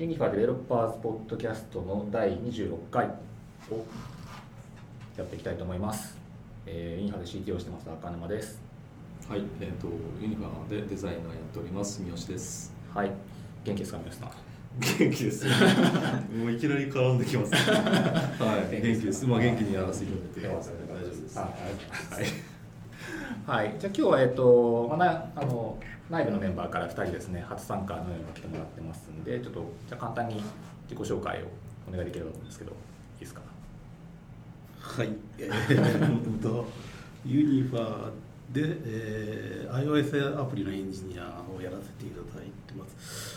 ユニファデベロッパーズポッドキャストの第26回をやっていきたいと思います。ユニファで CTO をしてます赤沼です。 はい、ユニファでデザイナーやっております三好です。 はい、元気ですか三好さん？ 元気です。もういきなり絡んできます、ね。はい、元気です。まあ元気にやらせていただいて大丈夫です。 はい、じゃあ今日は内部のメンバーから2人ですね、初参加のように来てもらってますんで、ちょっとじゃあ簡単に自己紹介をお願いできればと思うんですけど、いいですか？ はい、ユニファで、iOS アプリのエンジニアをやらせていただいてます。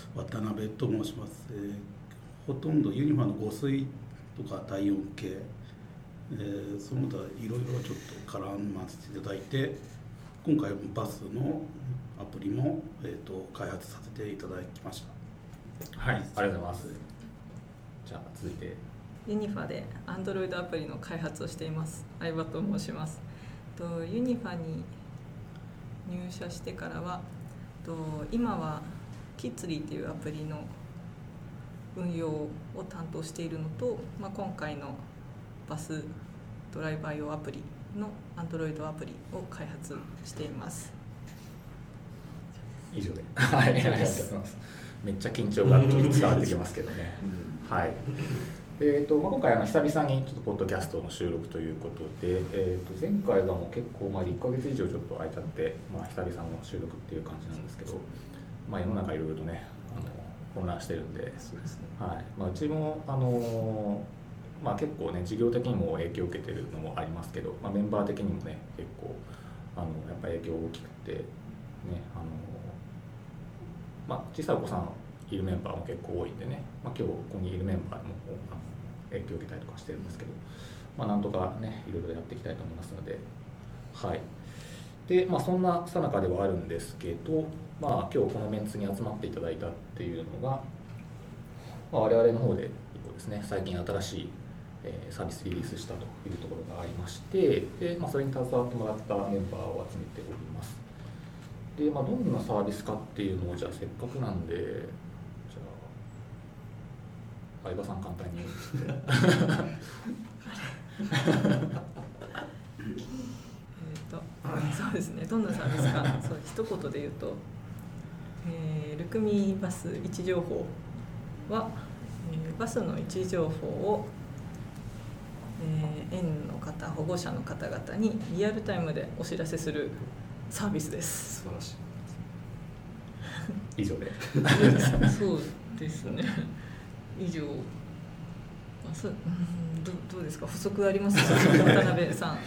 渡辺と申します。ほとんどユニファの誤水とか体温計、その他いろいろちょっと絡ませていただいて、今回バスのアプリも、開発させていただきました。 はい、ありがとうございます。じゃあ続いてユニファで Android アプリの開発をしています相葉と申します。ユニファに入社してからは今はキッズリーというアプリの運用を担当しているのと、今回のバスドライバー用アプリの Android アプリを開発しています。 以上で、はい、ありがとうございます。めっちゃ緊張が伝わってきますけどね。はい。今回久々にちょっとポッドキャストの収録ということで、前回がもう結構1ヶ月以上ちょっと空いちゃって、久々の収録っていう感じなんですけど、世の中いろいろとね混乱してるんで、 そうですね。 はい。うちも結構ね事業的にも影響を受けてるのもありますけど、メンバー的にもね結構やっぱり影響大きくてね、小さいお子さんいるメンバーも結構多いんでね、今日ここにいるメンバーも影響を受けたりとかしてるんですけど、なんとかねいろいろやっていきたいと思いますので、はい。で、そんな最中ではあるんですけど、今日このメンツに集まっていただいたっていうのが、我々の方でですね、最近新しいサービスリリースしたというところがありまして、でそれに携わってもらったメンバーを集めております。で、どんなサービスかっていうのをじゃあせっかくなんで、じゃあ相葉さん簡単にそうですね、どんなサービスかそう一言で言うと、ルクミバス位置情報は、バスの位置情報を、園の方、保護者の方々にリアルタイムでお知らせするサービスです。 素晴らしい。以上で。 そうですね。以上。どうですか？補足ありますか？渡辺さん。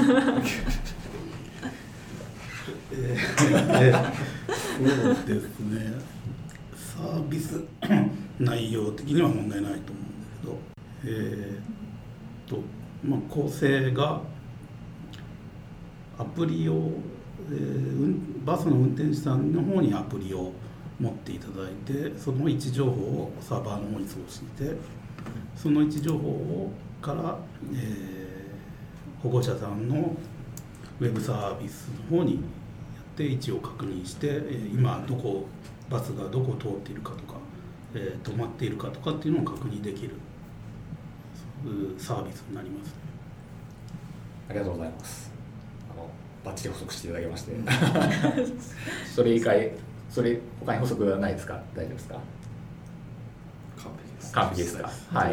そうですね。サービス内容的には問題ないと思うんだけど、構成がアプリを、バスの運転手さんの方にアプリを持っていただいて、その位置情報をサーバーの方に送信して、その位置情報から、保護者さんのウェブサービスの方にやって位置を確認して、今バスがどこを通っているかとか、止まっているかとかっていうのを確認できるサービスになります。 ありがとうございます。バッチリ補足していただきましてそれ他に補足はないですか？大丈夫ですか？完璧ですか？はい。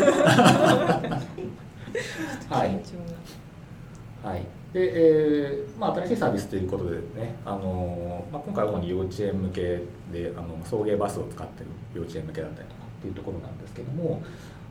はい。はい。で、新しいサービスということでね、今回主に幼稚園向けで送迎バスを使っている幼稚園向けだったりとかっていうところなんですけども、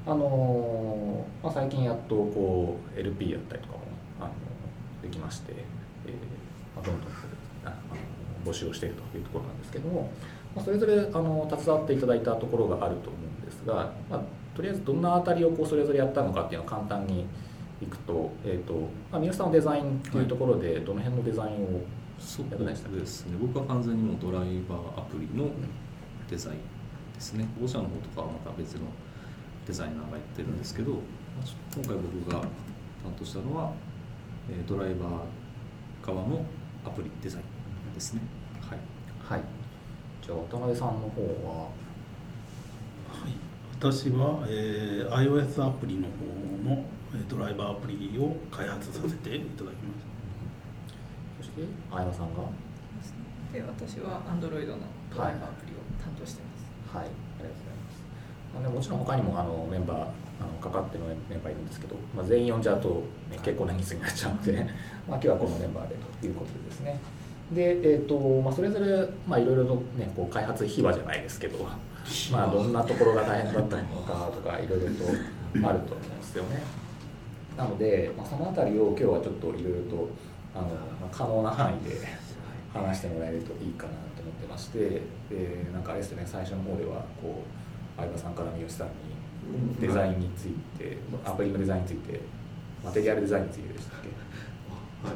最近やっとLP だったりとかもできまして、どんどん募集をしているというところなんですけども、それぞれ携わっていただいたところがあると思うんですが、とりあえずどんなあたりをそれぞれやったのかっていうのを簡単にいくと、三好さんのデザインというところでどの辺のデザインをやってないですか？ そうですね。僕は完全にもうドライバーアプリのデザインですね。保護者の方とかはまた別のデザイナーがやってるんですけど、今回僕が担当したのはドライバー側のアプリデザインですね。はい。 はい。じゃあ渡辺さんの方は、 私は、iOS アプリの方のドライバーアプリを開発させていただきましそして相葉さんがで私は Android のドライバーアプリを担当してます。 はい、ありがとうございます。もちろん他にもメンバーかかってのメンバーいるんですけど、全員呼んじゃうと、ね、結構な人数になっちゃうので今日はこのメンバーでということでですね。で、それぞれいろいろとねこう開発秘話じゃないですけど、どんなところが大変だったのかとかいろいろとあると思うんですよね。なので、そのあたりを今日はちょっといろいろと可能な範囲で話してもらえるといいかなと思ってまして、なんかあれですよね、最初の方ではこう相葉さんから三好さんにデザインについて、アプリのデザインについて、マテリアルデザインについてでしたっけ？ はい、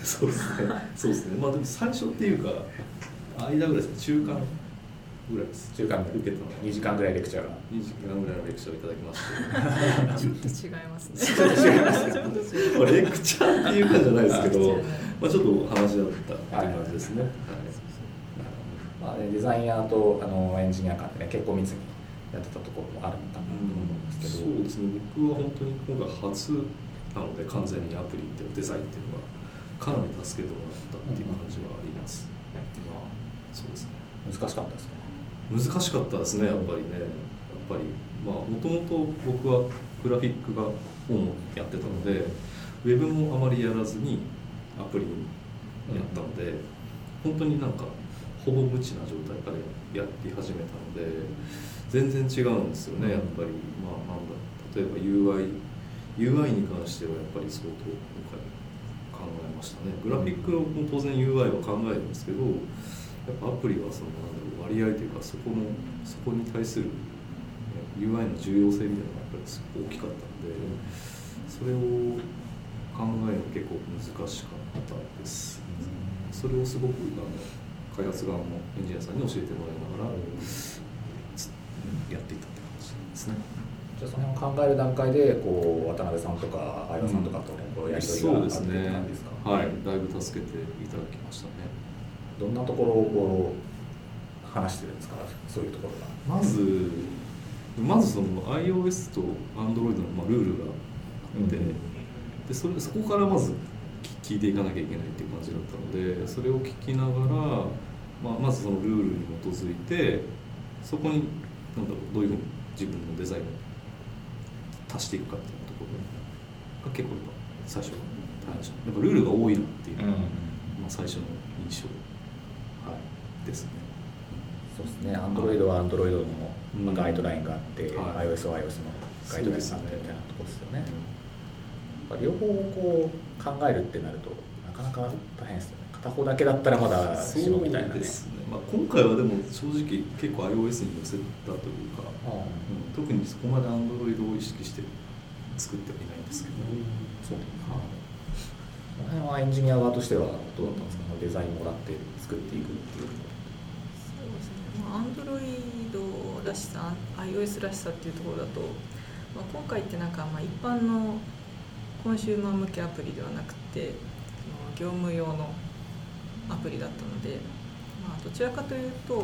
そうですね。そうですね。でも最初っていうか間ぐらいですね。中間ぐらいです。 中間で受けたの 2時間ぐらいレクチャーが。 2時間ぐらいのレクチャーをいただきまして。 ちょっと違いますね。 ちょっと違いますね。 レクチャーっていうかじゃないですけど、ちょっと話し合ったっていう感じですね。 デザイナーとエンジニア間でね結構密にやってたところもあるのかなと思うんですけど、 そうですね。僕は本当に今回初なので完全にアプリってデザインっていうのはかなり助けてもらったっていう感じはあります。そうですね。 難しかったですか？ 難しかったですね。やっぱりね。やっぱりもともと僕はグラフィックが主にやってたので、ウェブもあまりやらずにアプリやったので、本当になんかほぼ無知な状態からやり始めたので全然違うんですよね。やっぱり例えば UI に関してはやっぱり相当今回考えましたね。グラフィックも当然 UI は考えるんですけど、やっぱアプリはその割合というかそこに対する UI の重要性みたいなのがやっぱりすごく大きかったので、それを考えるの結構難しかったです。それをすごく開発側のエンジニアさんに教えてもらいながらやっていったって感じですね。 じゃあその辺を考える段階でこう渡辺さんとか相葉さんとかとこうやり取りがあってって感じですか？ はい、だいぶ助けていただきましたね。 どんなところをこう話してるんですか？そういうところが。 まずその iOS と Android のルールがあって、でそこからまず聞いていかなきゃいけないっていう感じだったので、それを聞きながら、まずそのルールに基づいてそこにどういうふうに自分のデザインを足していくかっていうところが結構最初大変でした。やっぱルールが多いなっていうのが、最初の印象、ですね。 そうですね。Android は Android のガイドラインがあって、iOS は iOS のガイドラインがあってみたいなところですよね。両方こう考えるってなるとなかなか大変ですよね。片方だけだったらまだしもみたいなね。 そうですね。今回はでも正直結構 iOS に寄せたというか、特にそこまで Android を意識して作ってはいないんですけど、 そうですか。この辺はエンジニア側としてはどうだったんですか？デザインもらって作っていくっていう。 そうですね。Android らしさ、iOS らしさっていうところだと、今回ってなんか一般のコンシューマー向けアプリではなくて業務用のアプリだったので、どちらかというと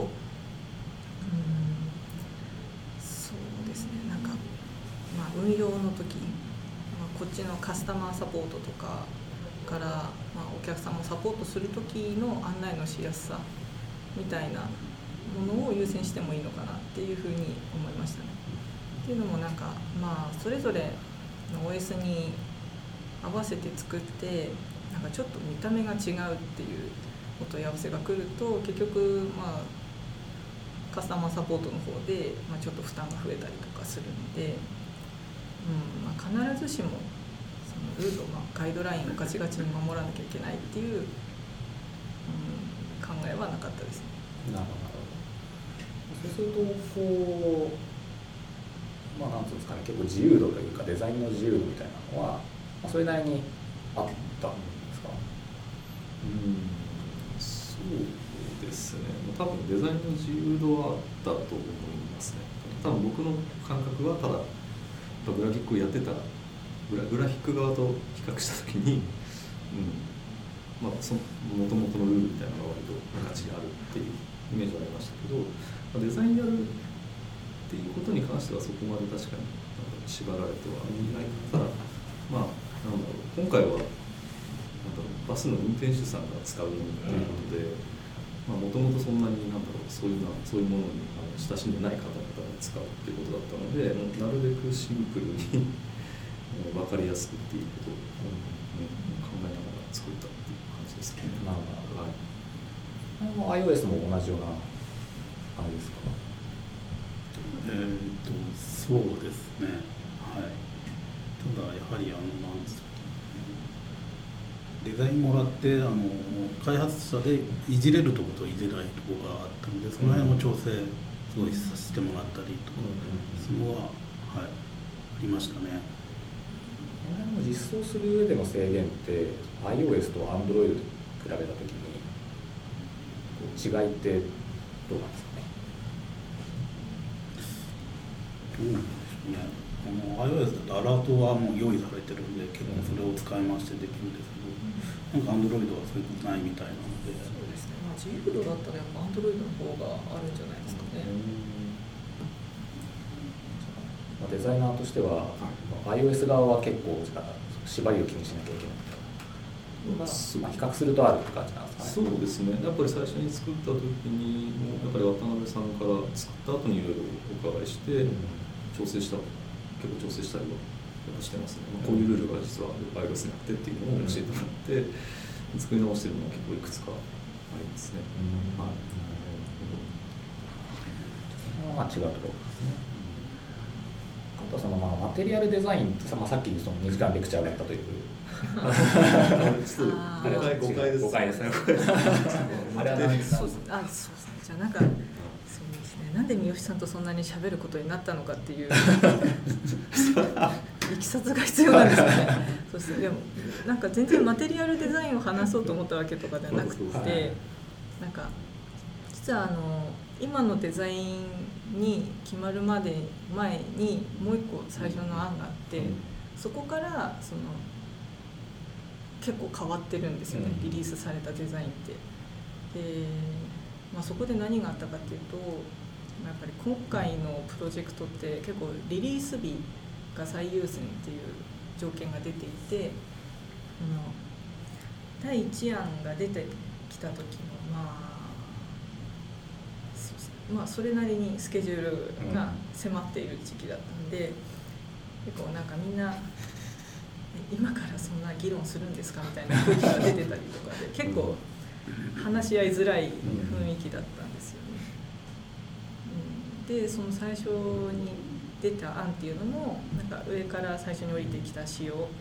そうですね、なんか、運用の時、こっちのカスタマーサポートとかから、お客さんをサポートする時の案内のしやすさみたいなものを優先してもいいのかなっていうふうに思いましたね。っていうのもなんかそれぞれの OS に合わせて作ってなんかちょっと見た目が違うっていうお問い合わせが来ると結局カスタマーサポートの方でちょっと負担が増えたりとかするので、必ずしもそのルールをガイドラインをガチガチに守らなきゃいけないっていう、考えはなかったですね。 なるほど。そうするとこうなんていうんですかね、結構自由度というかデザインの自由度みたいなのはそれなりにあったんですか？ そうですね。多分デザインの自由度はあったと思いますね。多分僕の感覚はただグラフィックをやってたグラフィック側と比較したときに、もともとのルールみたいなのが割と価値があるっていうイメージはありましたけど、デザインやるっていうことに関してはそこまで確かに縛られてはいないから、まあなんだろう、今回はバスの運転手さんが使うものということで、もともとそんなになんだろう、そういうものに親しんでない方々が使うっていうことだったので、なるべくシンプルに分かりやすくっていうことを、考えながら作ったっていう感じですね。 はい、iOS も同じようなあれですか？ そうですね。はい。ただやはりなんですか、デザインもらって開発者でいじれるところといじれないところがあったので、その辺も調整すごいさせてもらったりとか、そのは、はい、ありましたね。 実装する上での制限って iOS と Android で比べたときに違いってどうなんですかね？ どうなんでしょうね。iOS だとアラートはもう用意されてるんで、結構それを使い回してできるんですけど、なんか Android はそういうことないみたいなので。 そうですね、自由度だったらやっぱ Android の方があるんじゃないですかね。 デザイナーとしては iOS 側は結構縛りを気にしなきゃいけないとか、比較するとあるって感じなんですかね。 そうですね、やっぱり最初に作った時にもやっぱり渡辺さんから作った後にいろいろお伺いして、結構調整したりはしてますね。こういうルールが実は iOS にあってっていうのを教えてもらって作り直してるのが結構いくつかありますね。 違うところですね。あとマテリアルデザインってさっきその2時間レクチャーがあったという誤解ですね。 あれは何ですか？ そうですね。じゃあそうですね。なんで三好さんとそんなに喋ることになったのかっていういきさつが必要なんですよね。そうですね。でもなんか全然マテリアルデザインを話そうと思ったわけとかではなくて、なんか実は今のデザインに決まる前にもう一個最初の案があって、そこから結構変わってるんですよね、リリースされたデザインって。で、そこで何があったかっていうと、やっぱり今回のプロジェクトって結構リリース日が最優先っていう条件が出ていて、第1案が出てきた時のそれなりにスケジュールが迫っている時期だったんで、結構なんかみんな今からそんな議論するんですかみたいな空気が出てたりとかで、結構話し合いづらい雰囲気だったんですよね。でその最初に出た案っていうのもなんか上から最初に降りてきた仕様を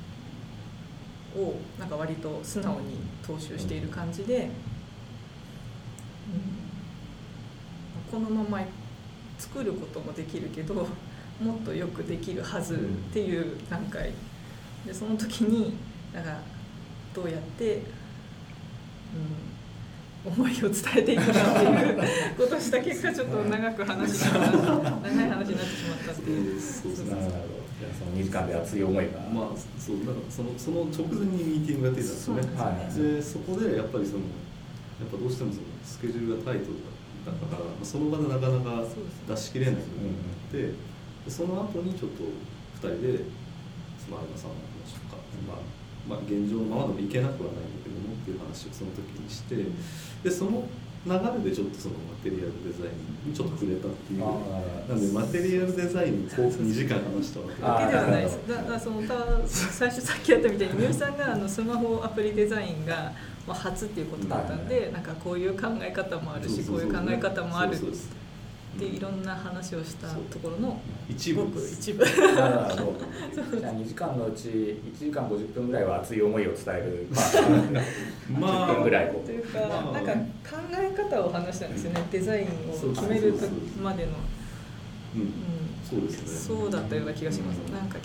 なんか割と素直に踏襲している感じで、このまま作ることもできるけどもっとよくできるはずっていう段階で、その時にだからどうやって、思いを伝えていくかっていうことをした結果、ちょっと長い話になってしまったっていう。 その2時間で熱い思いが、 だからその直前にミーティングが出たんですよね。でそこでやっぱりやっぱどうしてもスケジュールがタイトだから、その場でなかなか出し切れない部分があって、その後にちょっと2人で相葉さんの話とか、現状のままでもいけなくはないんだけどもっていう話をその時にして、でその流れでちょっとそのマテリアルデザインにちょっと触れたっていう、なんでマテリアルデザインに2時間話したわけではないです。だから最初さっきやったみたいに三好さんがスマホアプリデザインが初っていうことだったんで、なんかこういう考え方もあるし、こういう考え方もあるっていろんな話をしたところの一部じゃあ2時間のうち1時間50分ぐらいは熱い思いを伝える10分ぐらいというか、なんか考え方を話したんですよね、デザインを決める時までの。 そうですね。 そうだったような気がします。なんか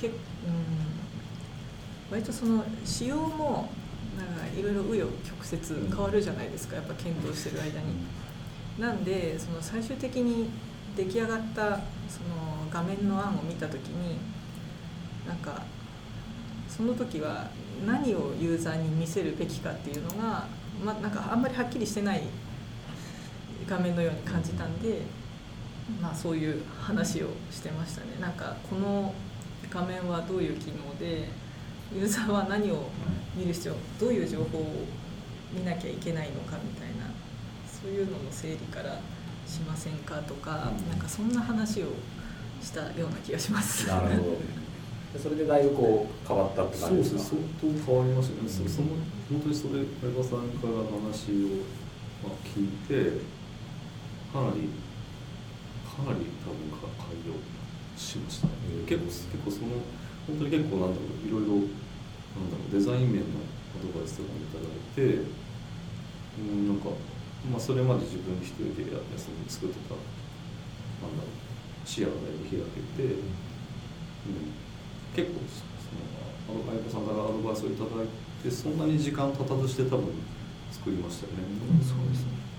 割とその仕様もなんかいろいろ紆余曲折変わるじゃないですか、やっぱ検討してる間に。なんでその最終的に出来上がったその画面の案を見た時に、なんかその時は何をユーザーに見せるべきかっていうのが、なんかあんまりはっきりしてない画面のように感じたんで、 まあ、そういう話をしてましたね。なんかこの画面はどういう機能でユーザーは何を見る必要、どういう情報を見なきゃいけないのかみたいな、そういうのの整理からしませんかとか、なんかそんな話をしたような気がします。 なるほど。でそれでだいぶこう変わったって感じですか？ そう相当変わりましたね。その本当にそれ相葉さんから話を聞いてかなり多分改良しましたね。結構その本当に結構なんだろう、いろいろデザイン面のアドバイスとかもいただいて、なんかそれまで自分一人で作ってた視野がだいぶ開けて、結構相葉さんからアドバイスをいただいてそんなに時間経たずして多分作りましたよね。そうですね。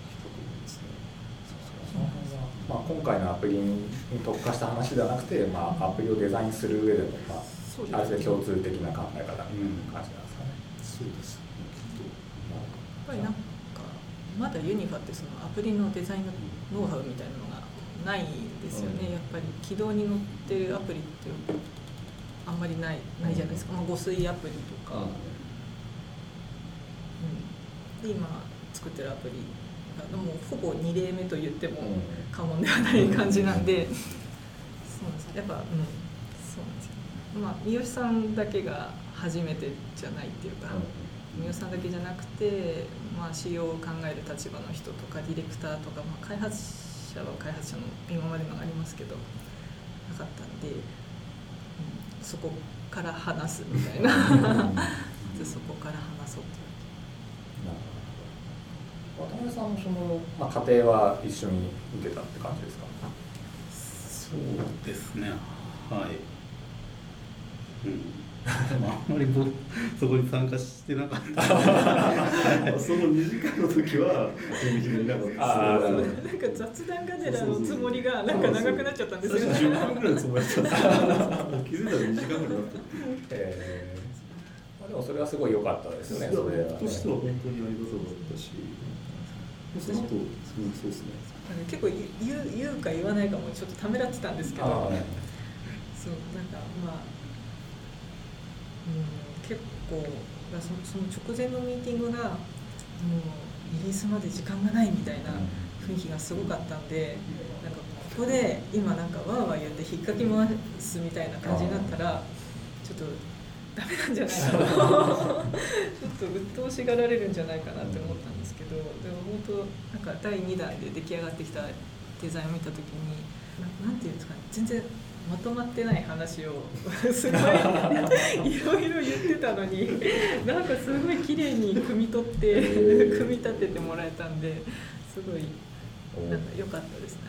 まあ、今回のアプリに特化した話ではなくて、まあ、アプリをデザインする上でも、まあ、ある程度共通的な考え方みたいな感じなんですかね。 そうですね。 やっぱりなんかまだユニファってそのアプリのデザインのノウハウみたいなのがないですよね。やっぱり起動に載ってるアプリってあんまりないじゃないですか。誤水アプリとか、で今作ってるアプリがもうほぼ2例目と言っても過言ではない感じなんで、そうなんですやっぱ、そうなんですよ。まあ三好さんだけが初めてじゃないっていうか、三好さんだけじゃなくて、まあ、仕様を考える立場の人とかディレクターとか、まあ、開発者は開発者の今までのがありますけどなかったんで、そこから話すみたいなそこから話そうと。 渡辺さんもその、家庭は一緒に受けたって感じですか？ そうですね、はい、あんまりそこに参加してなかったその2時間の時は全然いなかったなんか雑談がてらのつもりがなんか長くなっちゃったんですよね。 10分ぐらいのつもりだったんですけど気づいたら2時間ぐらいになったっていう。 でもそれはすごい良かったですよね。それとしては本当にありがたかったし、その後そうですね。 結構言うか言わないかもちょっとためらってたんですけど、そうなんか結構その直前のミーティングがもうリリースまで時間がないみたいな雰囲気がすごかったんで、なんかここで今なんかわーわー言って引っかき回すみたいな感じになったらちょっとダメなんじゃないかなちょっと鬱陶しがられるんじゃないかなって思ったんですけど、でも本当なんか第2弾で出来上がってきたデザインを見た時になんていうんですかね、全然まとまってない話をすごいいろいろ言ってたのになんかすごい綺麗に汲み取って組み立ててもらえたんですごいなんか良かったですね。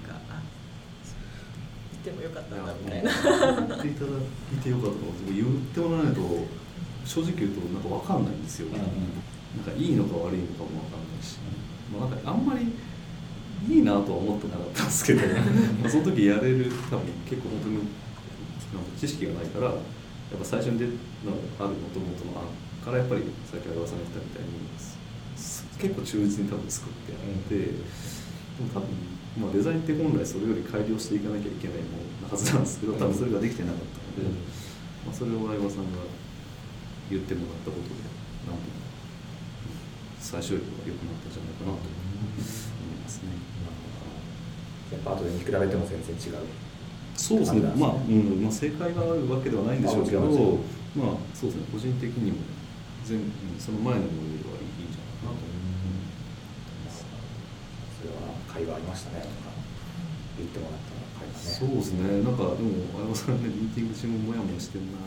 言ってもよかったんだみたいな。 言っていただいてよかったと思って、言ってもらわないと正直言うとなんか分かんないんですよ。なんかいいのか悪いのかも分かんないし、なんかあんまりいいなとは思ってなかったんですけどその時やれる多分結構本当に知識がないから、やっぱ最初にある元々の案からやっぱりさっき相葉さんが言ったみたいに結構忠実に多分作ってやって、でも多分デザインって本来それより改良していかなきゃいけないものなはずなんですけど、多分それができてなかったので、それを相葉さんが言ってもらったことでなんと最初よりは良くなったんじゃないかなと思いますね。 やっぱ後で見比べても全然違う。 そうですね。正解があるわけではないんでしょうけど、そうですね。個人的にもその前のものよりはいいんじゃないかなと思います。 それは会話ありましたね。言ってもらった会話ね。 そうですね。なんかでも相葉さんね、ミーティング中もモヤモヤしてるな。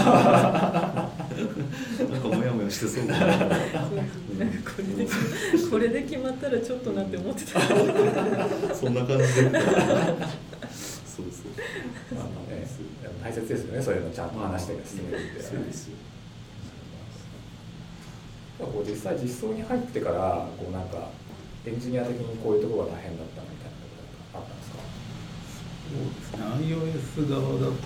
なんかモヤモヤしてそうだな。 これで決まったらちょっとなって思ってた。 そんな感じで。そうです。 大切ですよね。そういうのちゃんと話して進めるって。 そうですよ。 実際実装に入ってからなんかエンジニア的にこういうところが大変だったみたいなことがあったんですか？ そうですね。iOS 側だと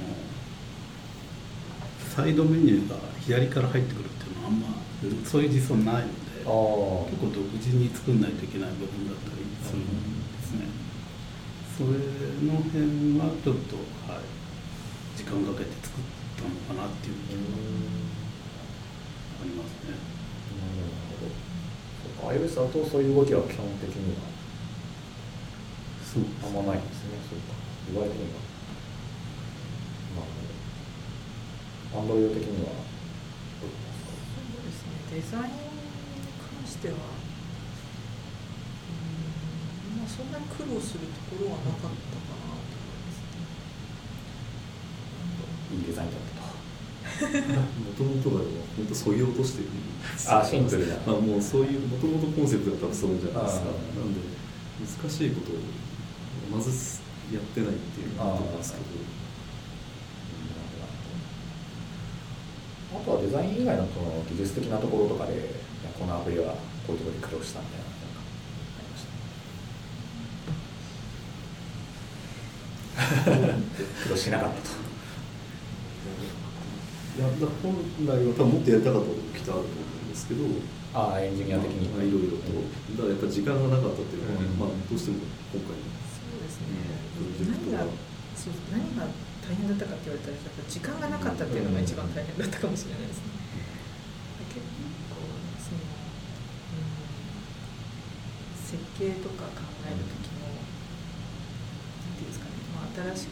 サイドメニューが左から入ってくるっていうのはあんまそういう実装ないので、結構独自に作んないといけない部分だったりするんですね。 それの辺はちょっと、はい、時間かけて作ったのかなっていう気がありますね。 なるほど。そうか、iOS だとそういう動きは基本的にはそうあんまないんですね。そうか、言われてみれば。なるほど。Android 的にはどうですか？ そうですね、デザインに関しては、まあ、そんなに苦労するところはなかったかなと思いますね。 いいデザインだったと。 もともとはでも本当そぎ落としてるんですよ。 シンプルな。 もうそういうもともとコンセプトだったらそうじゃないですか。 あなんで難しいことをまずやってないっていうのがあるんですけど。 あとはデザイン以外のその技術的なところとかで、このアプリはこういうところで苦労したみたいなのがありました。苦労しなかったと。 いや本来は多分もっとやりたかったこときっとあると思うんですけど、 エンジニア的にいろいろと、だからやっぱ時間がなかったっていうのは、どうしても今回そうですね、 プロジェクトが何が大変だったかって言われたらやっぱ時間がなかったっていうのが一番大変だったかもしれないですね。結構その、設計とか考える時も何ていうんですかね、新し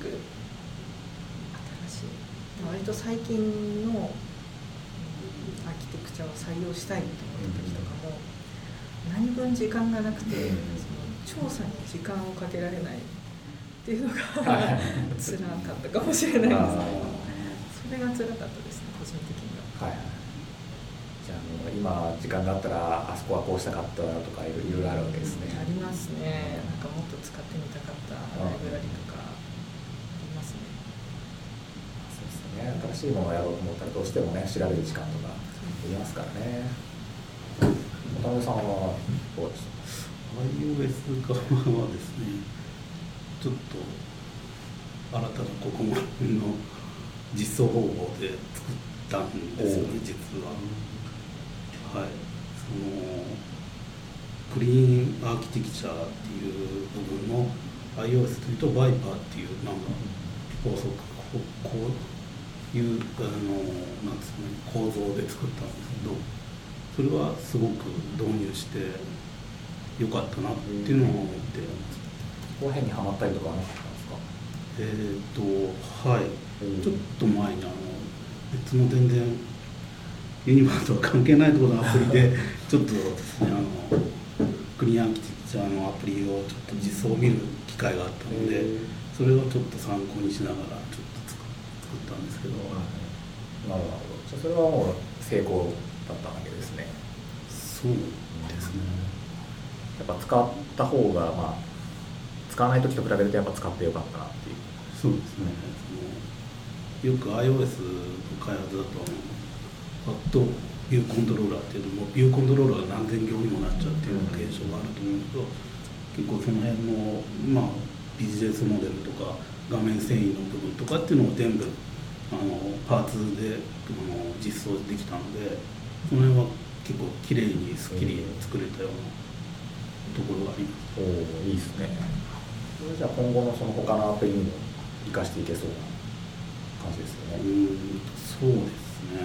い割と最近のアーキテクチャを採用したいと思った時とかも何分時間がなくて、その調査に時間をかけられないっていうのが辛かったかもしれないですね。それが辛かったですね、個人的には。 はい。じゃあ今時間があったらあそこはこうしたかったとかいろいろあるわけですね。 ありますね。なんかもっと使ってみたかったライブラリとかありますね。 そうですね。新しいものをやろうと思ったらどうしてもね調べる時間とかいりますからね。渡辺さんはどうですか？ iOS 側はですね、ちょっと新たなここまでの実装方法で作ったんですよね、実は。はい、そのクリーンアーキテクチャっていう部分の iOS というと Viper っていうなんか法則、こういうなんですかね、構造で作ったんですけど、それはすごく導入してよかったなっていうのを思ってます。 この辺にハマったりとかはなかったんですか？ はい、ちょっと前に別の全然ユニバーとは関係ないところのアプリでちょっとクリーンアーキテクチャのアプリをちょっと実装を見る機会があったので、それをちょっと参考にしながらちょっと作ったんですけど、 なるほど。じゃあそれはもう成功だったわけですね。 そうですね。 やっぱ使った方が使わない時と比べるとやっぱ使ってよかったなっていう。 そうですね。よく iOS の開発だとパッとビューコントローラーっていうのもビューコントローラーが何千行にもなっちゃうっていうような現象があると思うんですけど、結構その辺のビジネスモデルとか画面遷移の部分とかっていうのを全部パーツで実装できたので、その辺は結構きれいにスッキリ作れたようなところがあります。 いいですね。それじゃあ今後のその他のアプリにも生かしていけそうな感じですよね。 そうですね。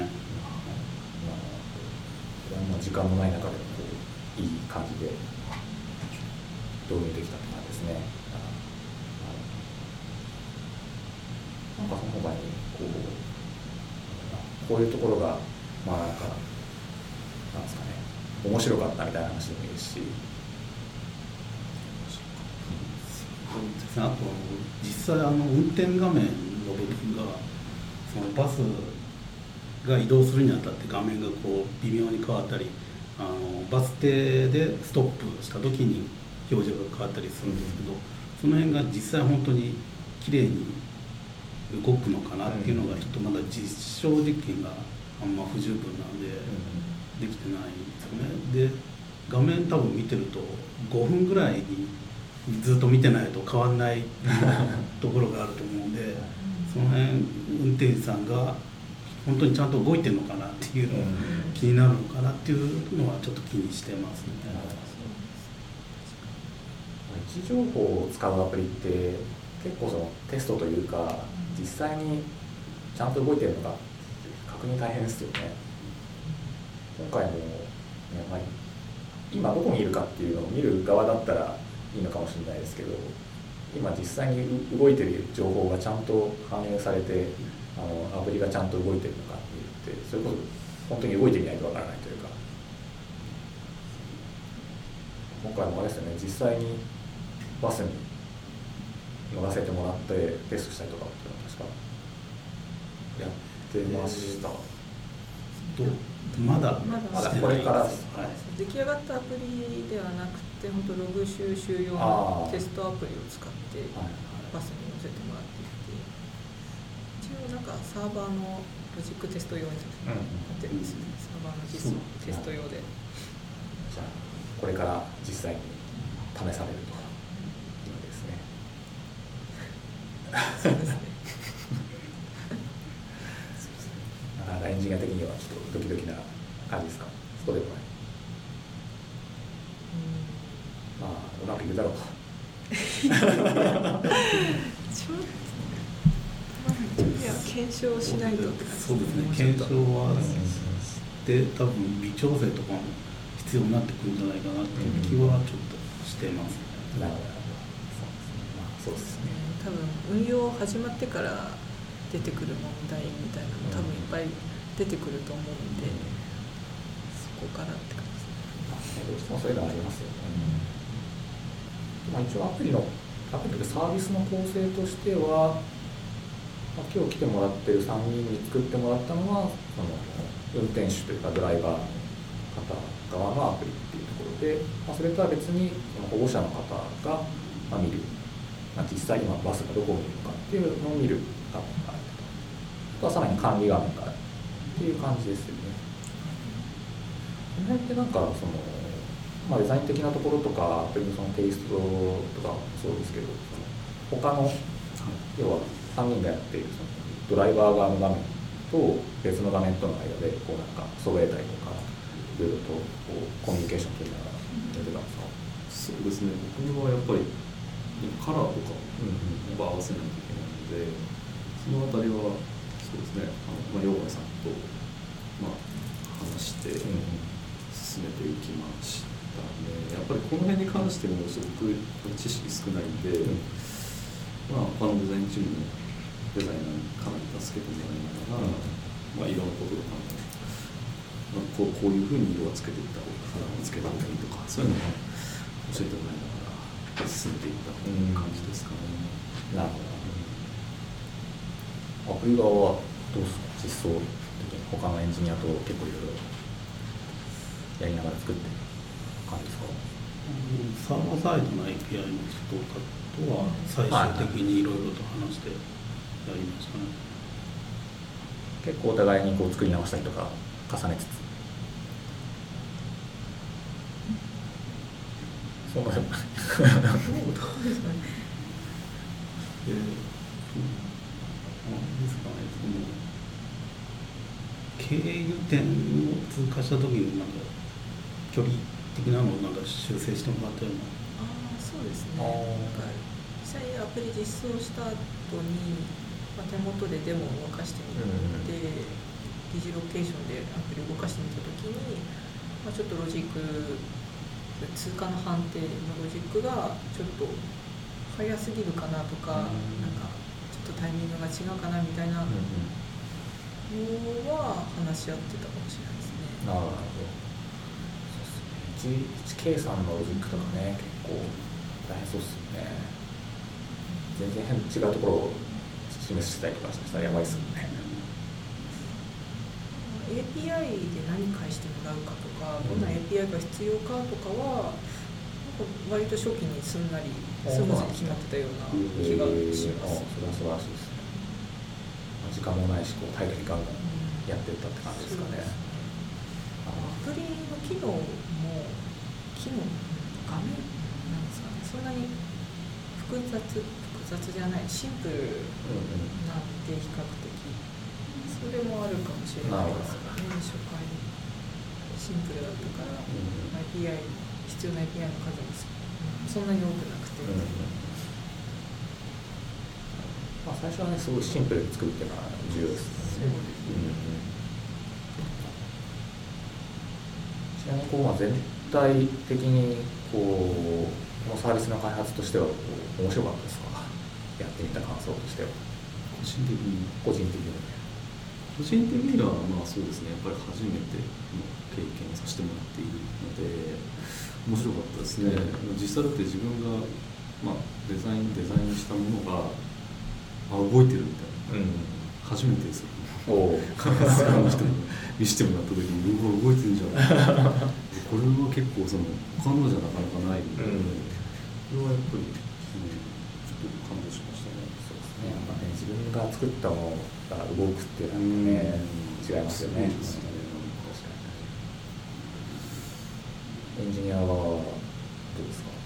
それは時間のない中でもいい感じで導入できたって感じですね。なんかその他にこういうところがなんですかね、面白かったみたいな話でもいいですし。 あと実際運転画面の部分がそのバスが移動するにあたって画面がこう微妙に変わったり、バス停でストップした時に表情が変わったりするんですけど、その辺が実際本当に綺麗に動くのかなっていうのがちょっとまだ実証実験があんま不十分なんでできてないんですよね。で画面多分見てると5分ぐらいにずっと見てないと変わんないところがあると思うんで、その辺運転手さんが本当にちゃんと動いてるのかなっていうのが気になるのかなっていうのはちょっと気にしてますね。 一位置情報を使うアプリって結構そのテストというか実際にちゃんと動いてるのか確認大変ですよね。今回も、ね、まあ、今どこにいるかっていうのを見る側だったらいいのかもしれないですけど、今実際に動いてる情報がちゃんと反映されてアプリがちゃんと動いてるのかって言って、それこそ本当に動いてみないとわからないというか、今回もあれですよね、実際にバスに乗らせてもらってテストしたりとかっていうのは確かやってました。 まだこれからです。 出来上がったアプリではなくて、本当ログ収集用のテストアプリを使ってバスに乗せてもらっていて、一応なんかサーバーのロジックテスト用になってるんですよね。サーバーの実装テスト用で。 じゃあこれから実際に試されるというのですね。 そうですね。 エンジニア的にはちょっとドキドキな感じですか。そうでもない。まあうまくいくだろうと。 いや検証しないとって感じ。 そうですね。検証はして多分微調整とかも必要になってくるんじゃないかなっていう気はちょっとしてます。 なるほど。そうですね。 多分運用始まってから出てくる問題みたいなのも多分いっぱい出てくると思うんで、そこからって感じですね。 どうしてもそういうのはありますよね。まあ、一応アプリというかサービスの構成としては、まあ、今日来てもらってる3人に作ってもらったのは運転手というかドライバーの方側のアプリっていうところで、まあ、それとは別にその保護者の方が見る、まあ、実際今バスがどこにいるのかっていうのを見る画面があると、あとはさらに管理画面があるっていう感じですよね。この辺ってなんかまあ、デザイン的なところとかアプリのそのテイストとかもそうですけど、他の要は3人がやっているそのドライバー側の画面と別の画面との間でこうなんか揃えたりとかいろいろとこうコミュニケーション取りながらやってたんですか。 そうですね、僕はやっぱりカラーとかも合わせないといけないので、そのあたりはそうですね、陽河さんと、話して進めていきましたね。やっぱりこの辺に関してもすごく知識少ないんで、他のデザインチームのデザイナーにかなり助けてもらいながら、いろんなことをこういうふうに色をつけていった方が、カラーをつけた方がいいとか、そういうのを教えてもらいながら進めていった感じですかね。 なるほど。アプリ側はどうですか、実装的に他のエンジニアと結構いろいろやりながら作ってる感じですか。 サーバーサイドの API の人とかとは最終的にいろいろと話してやりましたね。 結構お互いにこう作り直したりとか重ねつつ、そうでもない。 経由点を通過した時になんか距離的なのをなんか修正してもらったような。 そうですね。実際アプリ実装した後に、手元でデモを動かしてみて、疑似ロケーションでアプリを動かしてみた時に、ちょっとロジック通過の判定のロジックがちょっと早すぎるかなとか、なんかちょっとタイミングが違うかなみたいなのは話し合ってたかもしれないですね。 なるほど。位置計算のロジックとかね、結構大変そうですよね。全然違うところを示したりとかしたらやばいですよね。 API で何返してもらうかとか、どんな API が必要かとかは、割と初期にすんなりスムーズに決まってたような気がします。 それは素晴らしいですね。時間もないし、タイトにガンガンやってったって感じですかね。 アプリの機能も画面なんですかね、そんなに複雑じゃない、シンプルなんで比較的それもあるかもしれないですかね。初回シンプルだったから、API 必要な API の数もそんなに多くなくてまあ、最初はねすごいシンプルに作るっていうのは重要ですね。ちなみにこう、まあ、全体的にこのサービスの開発としては面白かったですか？やってみた感想としては。 個人的にはまあそうですね、やっぱり初めての経験をさせてもらっているので面白かったですね。実際だって自分が、まあ、デザインしたものが動いてるみたいな、初めてですよ。開発者の人に見せてもらった時に動いてるじゃんこれは結構他のじゃなかなかないので、これはやっぱり、ちょっと感動しましたね。 そうですね。やっぱね、自分が作ったものが動くっていうのはね、違いますよね。確かに。エンジニアはどうですか？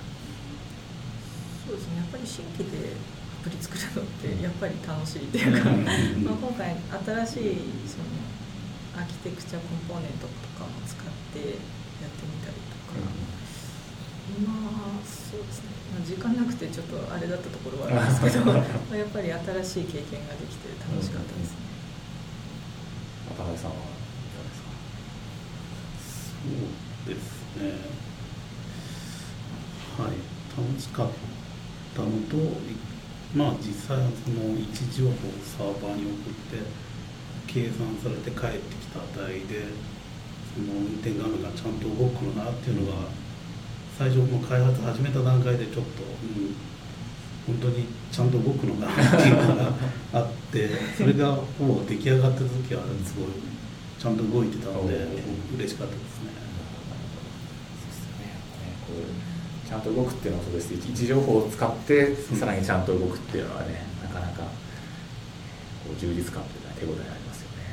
そうですね、やっぱり新規でアプリ作るのってやっぱり楽しいっていうかまあ今回新しいアーキテクチャコンポーネントとかを使ってやってみたりとか、まあそうですね、まあ、時間なくてちょっとあれだったところはあるんですけどまあやっぱり新しい経験ができて楽しかったですね。 渡辺さんはいかがですか？ そうですね、はい、楽しかったのと、まあ実際はその位置情報をサーバーに送って計算されて返ってきた値でその運転画面がちゃんと動くのなっていうのが最初も開発始めた段階でちょっと、本当にちゃんと動くのかなっていうのがあってそれがほぼ出来上がった時はすごいちゃんと動いてたので嬉しかったですね。 ちゃんと動くっていうのはそうですし、位置情報を使ってさらにちゃんと動くっていうのはね、なかなかこう充実感というか手応えありますよね。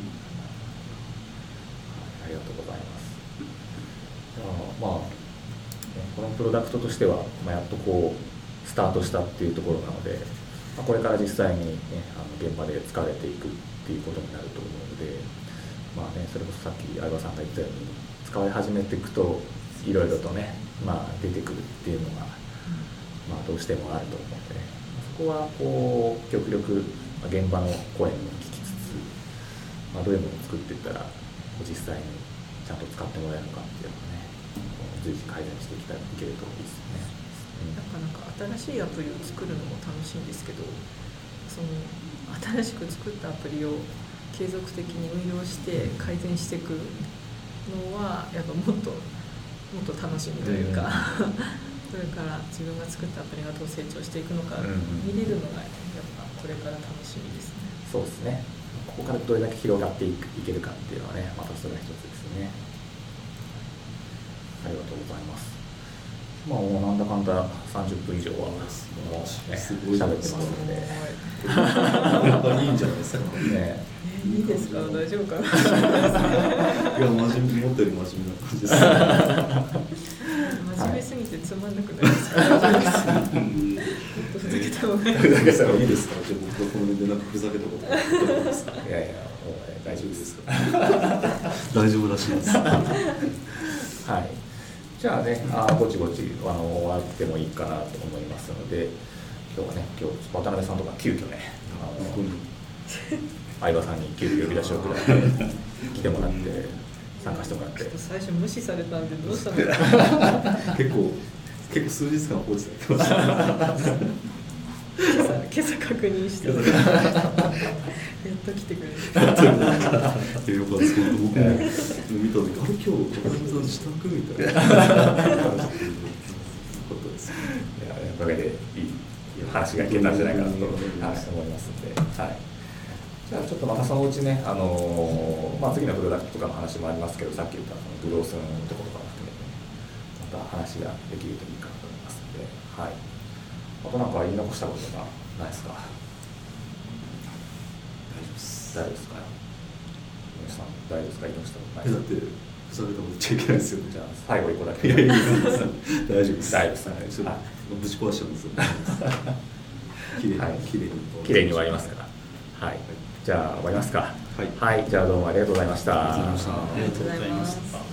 ありがとうございます。まあ、このプロダクトとしては、やっとこうスタートしたっていうところなので、これから実際に、ね、現場で使われていくっていうことになると思うので、まあね、それこそさっき相葉さんが言ったように使われ始めていくといろいろとね、出てくるっていうのが、どうしてもあると思うので、ね、そこはこう極力現場の声も聞きつつ、どういうものを作っていったら実際にちゃんと使ってもらえるのかっていうのをね、随時改善していけるといいですね。 なかなか新しいアプリを作るのも楽しいんですけど、その新しく作ったアプリを継続的に運用して改善していくのはやっぱもっと楽しみというか、それから自分が作ったアプリがどう成長していくのか見れるのがやっぱこれから楽しみですね。 そうですね。ここからどれだけ広がっていけるかっていうのはね、またそれが一つですね。ありがとうございます。もうなんだかんだ30分以上はもうね、喋ってますので、 いいんじゃないですかね。 いいですか、大丈夫かな。 いや、思ったより真面目な感じです。 真面目すぎてつまんなくないですか。もっとふざけた方がいい。 ふざけた方がいいですか。じゃあ僕がこの辺でふざけたこと言ってますか。 いやいや、大丈夫です。 大丈夫らしいです。 はい。じゃあね、ぼちぼち終わってもいいかなと思いますので、今日渡辺さんとか急遽ね、相葉さんに急遽呼び出しをくらい来てもらって参加してもらって。 最初無視されたんでどうしたんですか。 結構数日間放置されてました。 今朝確認してやっと来てくれる。 よかったですけど、僕も見た時あれ今日渡辺さん自宅みたいなことです。 おかげでいい話がいけたんじゃないかなと思いますので、はい。じゃあちょっとまたそのうちね、次のプロダクトとかの話もありますけど、さっき言ったグロースのところとかも含めて、また話ができるといいかなと思いますので、はい。あとなんか言い残したことがないですか。大丈夫ですか。皆さん大丈夫ですか。言い残したことないですか。 だってふざけたこと言っちゃいけないですよね。 じゃあ最後一個だけ。 大丈夫です。 大丈夫です。 ぶち壊しちゃうんですよ。 綺麗に終わりますから。はい。じゃあ終わりますか。 はい。 じゃあどうもありがとうございました。 ありがとうございました。 ありがとうございます。